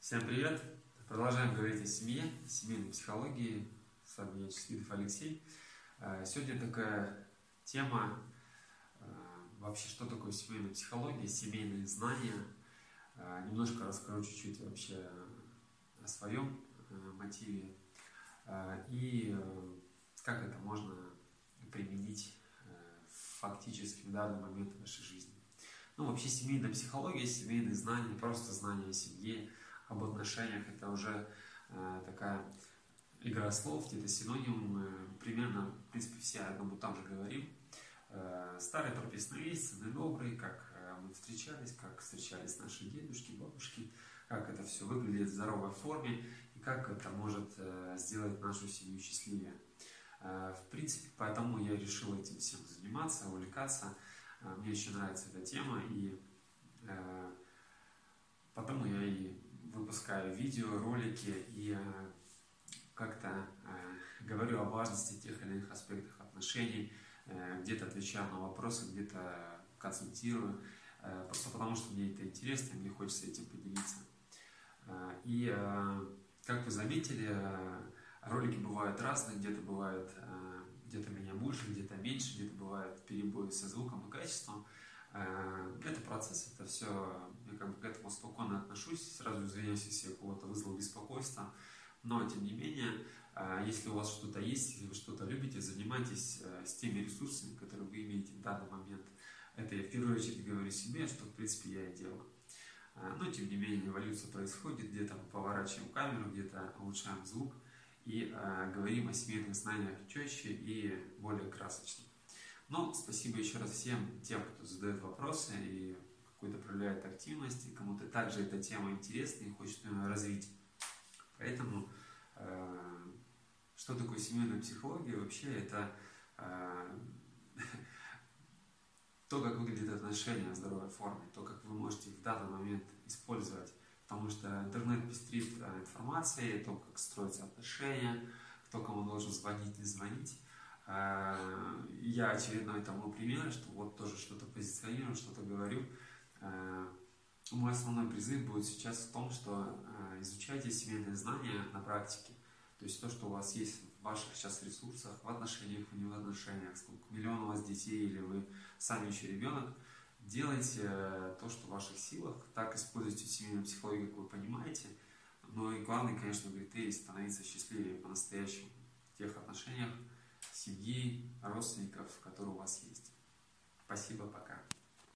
Всем привет! Продолжаем говорить о семье, семейной психологии. С вами я, Числидов Алексей. Сегодня такая тема, вообще, что такое семейная психология, семейные знания. Немножко расскажу чуть-чуть вообще о своем мотиве и как это можно применить фактически в данный момент в нашей жизни. Ну, вообще, семейная психология, семейные знания, просто знания о семье, об отношениях, это уже такая игра слов, где-то синоним, примерно, в принципе, все о одном и том же говорим. Старые прописные истины, добрые, как мы встречались, как встречались наши дедушки, бабушки, как это все выглядит в здоровой форме и как это может сделать нашу семью счастливее. В принципе, поэтому я решил этим всем заниматься, увлекаться. Мне еще нравится эта тема, и потому я и выпускаю видео, ролики и как-то говорю о важности тех или иных аспектах отношений, где-то отвечаю на вопросы, где-то консультирую, просто потому что мне это интересно, и мне хочется этим поделиться. И как вы заметили, ролики бывают разные, где-то бывает, где-то меня больше, где-то меньше, где-то бывают перебои со звуком и качеством. Это процесс, это все, я как бы к этому спокойно отношусь, сразу извиняюсь, если я кого-то вызвал беспокойство, но тем не менее, если у вас что-то есть, если вы что-то любите, занимайтесь с теми ресурсами, которые вы имеете в данный момент. Это я в первую очередь говорю себе, что в принципе я и делаю. Но тем не менее, эволюция происходит, где-то мы поворачиваем камеру, где-то улучшаем звук и говорим о семейных знаниях четче и более красочно. Но спасибо еще раз всем тем, кто задает вопросы и какую-то проявляет активность, и кому-то также эта тема интересна и хочет ее развить. Поэтому, что такое семейная психология? Вообще это то, как выглядят отношения в здоровой форме, то, как вы можете в данный момент использовать. Потому что интернет пестрит информацией, то, как строятся отношения, кто кому должен звонить, не звонить. Я очередной тому пример, что вот тоже что-то позиционирую, что-то говорю. Мой основной призыв будет сейчас в том, что изучайте семейные знания на практике. То есть то, что у вас есть в ваших сейчас ресурсах, в отношениях, не в отношениях, сколько миллион у вас детей или вы сами еще ребенок, делайте то, что в ваших силах, так используйте семейную психологию, как вы понимаете. Но и главный, конечно, критерий — становиться счастливее по-настоящему в тех отношениях, семьи, родственников, которые у вас есть. Спасибо, пока.